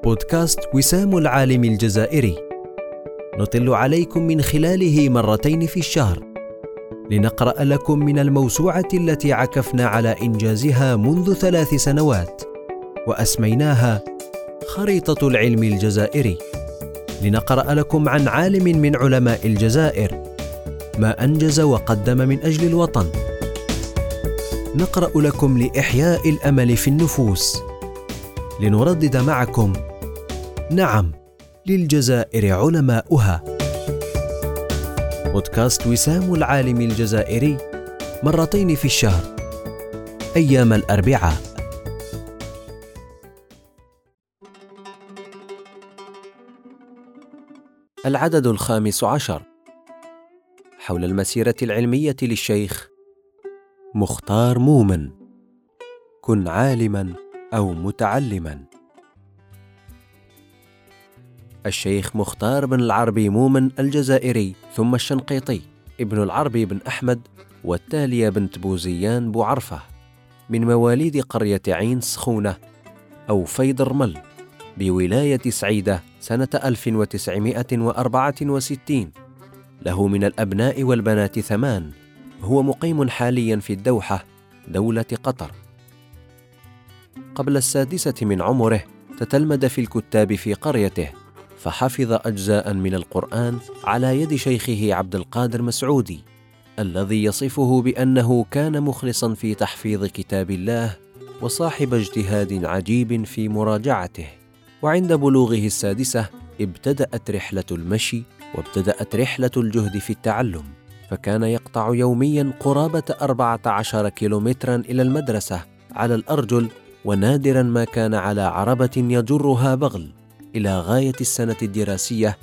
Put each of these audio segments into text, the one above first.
بودكاست وسام العالم الجزائري، نطل عليكم من خلاله مرتين في الشهر لنقرأ لكم من الموسوعة التي عكفنا على إنجازها منذ 3 سنوات وأسميناها خريطة العلم الجزائري، لنقرأ لكم عن عالم من علماء الجزائر ما أنجز وقدم من أجل الوطن. نقرأ لكم لإحياء الأمل في النفوس، لنردد معكم: نعم، للجزائر علماؤها. بودكاست وسام العالم الجزائري مرتين في الشهر، أيام الأربعاء. العدد 15 حول المسيرة العلمية للشيخ مختار مومن. كن عالما أو متعلما. الشيخ مختار بن العربي مومن الجزائري ثم الشنقيطي، ابن العربي بن أحمد والتالية بنت بوزيان بوعرفة، من مواليد قرية عين سخونة أو فيض رمل بولاية سعيدة سنة 1964. له من الأبناء والبنات 8. هو مقيم حاليا في الدوحة دولة قطر. قبل 6 من عمره تتلمذ في الكتاب في قريته، فحفظ أجزاء من القرآن على يد شيخه عبد القادر مسعودي، الذي يصفه بأنه كان مخلصا في تحفيظ كتاب الله وصاحب اجتهاد عجيب في مراجعته. وعند بلوغه 6 ابتدأت رحلة المشي، وابتدأت رحلة الجهد في التعلم، فكان يقطع يوميا قرابة 14 كيلومترا إلى المدرسة على الأرجل، ونادرا ما كان على عربة يجرها بغل، إلى غاية السنة الدراسية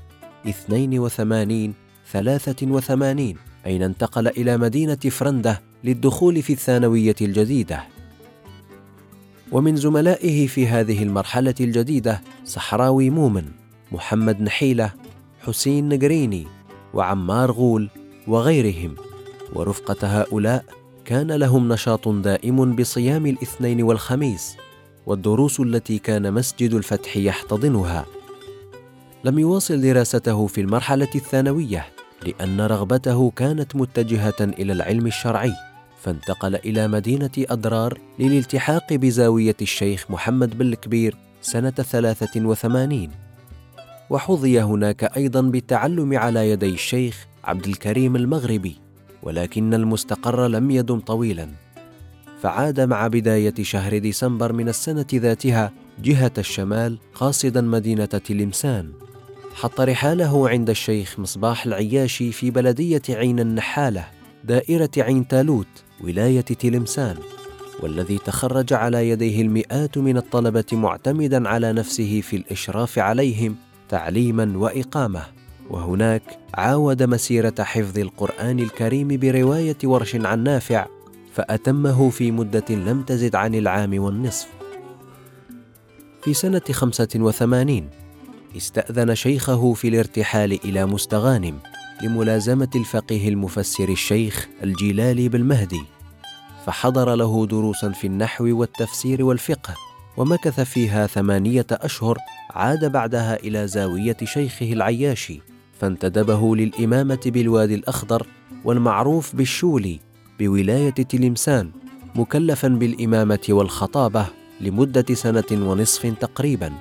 82-83، أين انتقل إلى مدينة فرندة للدخول في الثانوية الجديدة. ومن زملائه في هذه المرحلة الجديدة صحراوي مومن، محمد نحيلة، حسين نقريني، وعمار غول وغيرهم. ورفقة هؤلاء كان لهم نشاط دائم بصيام الاثنين والخميس، والدروس التي كان مسجد الفتح يحتضنها. لم يواصل دراسته في المرحلة الثانوية لأن رغبته كانت متجهة إلى العلم الشرعي، فانتقل إلى مدينة أدرار للالتحاق بزاوية الشيخ محمد بن الكبير سنة 83، وحظي هناك أيضا بالتعلم على يدي الشيخ عبد الكريم المغربي، ولكن المستقر لم يدم طويلا، فعاد مع بداية شهر ديسمبر من السنة ذاتها جهة الشمال قاصدا مدينة تلمسان. حط رحاله عند الشيخ مصباح العياشي في بلدية عين النحالة دائرة عين تالوت ولاية تلمسان، والذي تخرج على يديه المئات من الطلبة معتمدا على نفسه في الإشراف عليهم تعليما وإقامة. وهناك عاود مسيرة حفظ القرآن الكريم برواية ورش عن نافع، فأتمه في مدة لم تزد عن العام والنصف. في سنة 85 استأذن شيخه في الارتحال إلى مستغانم لملازمة الفقيه المفسر الشيخ الجلالي بالمهدي، فحضر له دروسا في النحو والتفسير والفقه، ومكث فيها 8 أشهر. عاد بعدها إلى زاوية شيخه العياشي، فانتدبه للإمامة بالوادي الأخضر والمعروف بالشولي بولاية تلمسان، مكلفا بالإمامة والخطابة لمدة 1.5 سنة تقريبا.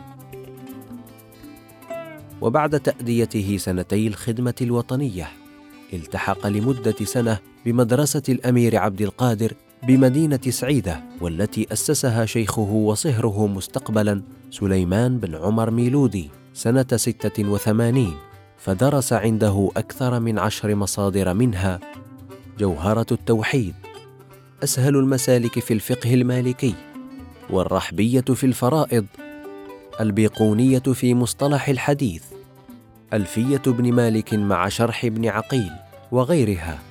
وبعد تأديته 2 الخدمة الوطنية التحق لمدة 1 سنة بمدرسة الأمير عبد القادر بمدينة سعيدة، والتي أسسها شيخه وصهره مستقبلا سليمان بن عمر ميلودي سنة 86، فدرس عنده أكثر من 10 مصادر، منها جوهرة التوحيد، أسهل المسالك في الفقه المالكي، والرحبية في الفرائض، البيقونية في مصطلح الحديث، ألفية ابن مالك مع شرح ابن عقيل، وغيرها.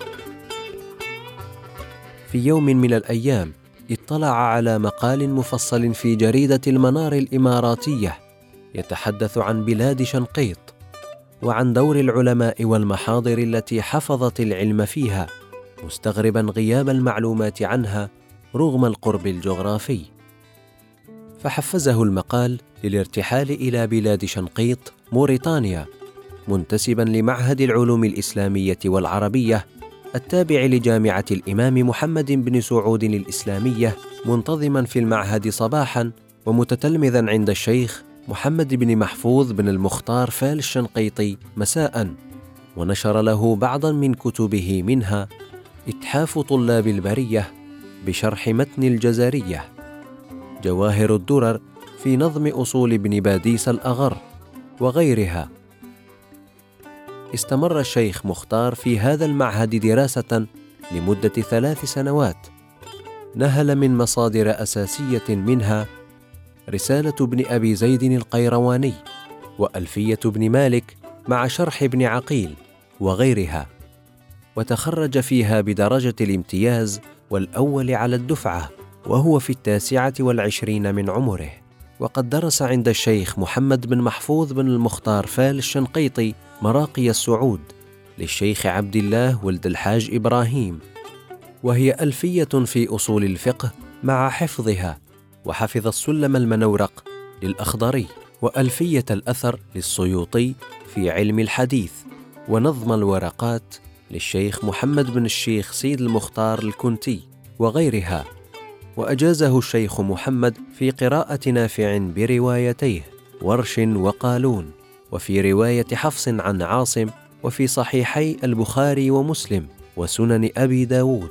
في يوم من الأيام اطلع على مقال مفصل في جريدة المنار الإماراتية يتحدث عن بلاد شنقيط وعن دور العلماء والمحاضر التي حفظت العلم فيها، مستغربا غياب المعلومات عنها رغم القرب الجغرافي. فحفزه المقال للارتحال إلى بلاد شنقيط موريتانيا، منتسباً لمعهد العلوم الإسلامية والعربية التابع لجامعة الإمام محمد بن سعود الإسلامية، منتظماً في المعهد صباحاً ومتتلمذاً عند الشيخ محمد بن محفوظ بن المختار فال الشنقيطي مساءً. ونشر له بعضاً من كتبه، منها إتحاف طلاب البرية بشرح متن الجزرية، جواهر الدرر في نظم أصول ابن باديس الأغر، وغيرها. استمر الشيخ مختار في هذا المعهد دراسة لمدة 3 سنوات، نهل من مصادر أساسية منها رسالة ابن أبي زيد القيرواني وألفية ابن مالك مع شرح ابن عقيل وغيرها، وتخرج فيها بدرجة الامتياز والأول على الدفعة وهو في 29 من عمره. وقد درس عند الشيخ محمد بن محفوظ بن المختار فال الشنقيطي مراقي السعود للشيخ عبد الله ولد الحاج إبراهيم، وهي ألفية في أصول الفقه مع حفظها، وحفظ السلم المنورق للأخضري، وألفية الأثر للسيوطي في علم الحديث، ونظم الورقات للشيخ محمد بن الشيخ سيد المختار الكنتي وغيرها. وأجازه الشيخ محمد في قراءة نافع بروايتيه ورش وقالون، وفي رواية حفص عن عاصم، وفي صحيحي البخاري ومسلم وسنن أبي داود.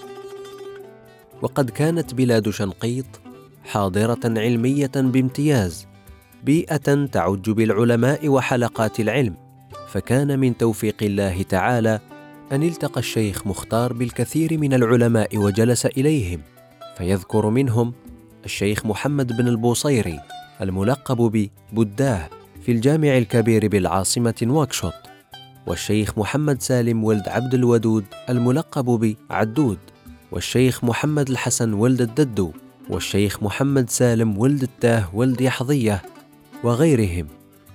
وقد كانت بلاد شنقيط حاضرة علمية بامتياز، بيئة تعج بالعلماء وحلقات العلم، فكان من توفيق الله تعالى أن التقى الشيخ مختار بالكثير من العلماء وجلس إليهم، فيذكر منهم الشيخ محمد بن البوصيري الملقب ببداه في الجامع الكبير بالعاصمة نواكشوط، والشيخ محمد سالم ولد عبد الودود الملقب بعدود، والشيخ محمد الحسن ولد الددو، والشيخ محمد سالم ولد التاه ولد يحظية وغيرهم.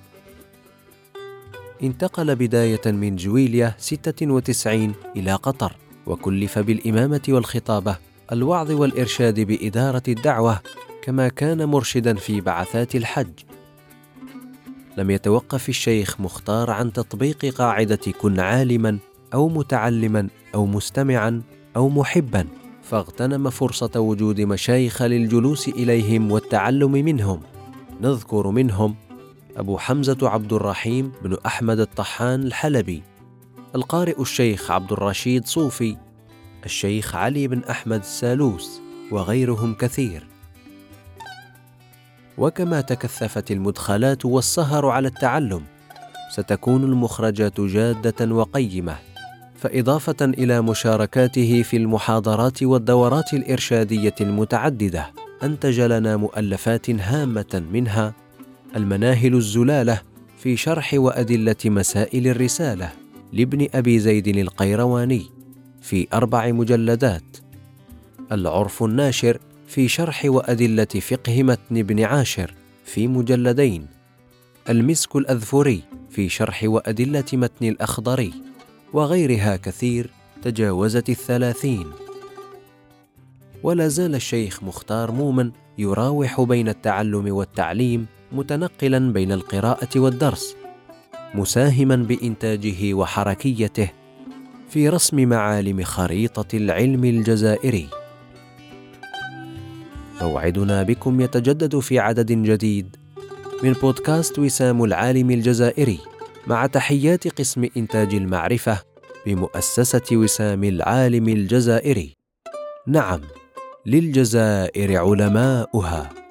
انتقل بداية من جويلية 96 إلى قطر، وكلف بالإمامة والخطابة، الوعظ والإرشاد بإدارة الدعوة، كما كان مرشدا في بعثات الحج. لم يتوقف الشيخ مختار عن تطبيق قاعدة كن عالما أو متعلما أو مستمعا أو محبا، فاغتنم فرصة وجود مشايخ للجلوس إليهم والتعلم منهم. نذكر منهم أبو حمزة عبد الرحيم بن أحمد الطحان الحلبي، القارئ الشيخ عبد الرشيد صوفي، الشيخ علي بن أحمد السالوس، وغيرهم كثير. وكما تكثفت المدخلات والسهر على التعلم، ستكون المخرجات جادة وقيمة، فإضافة إلى مشاركاته في المحاضرات والدورات الإرشادية المتعددة، أنتج لنا مؤلفات هامة، منها المناهل الزلالة في شرح وأدلة مسائل الرسالة لابن أبي زيد القيرواني في 4 مجلدات، العرف الناشر في شرح وأدلة فقه متن ابن عاشر في مجلدين، المسك الأذفري في شرح وأدلة متن الأخضري، وغيرها كثير تجاوزت 30. ولا زال الشيخ مختار مومن يراوح بين التعلم والتعليم، متنقلا بين القراءة والدرس، مساهما بإنتاجه وحركيته في رسم معالم خريطة العلم الجزائري. موعدنا بكم يتجدد في عدد جديد من بودكاست وسام العالم الجزائري، مع تحيات قسم إنتاج المعرفة بمؤسسة وسام العالم الجزائري. نعم، للجزائر علماؤها.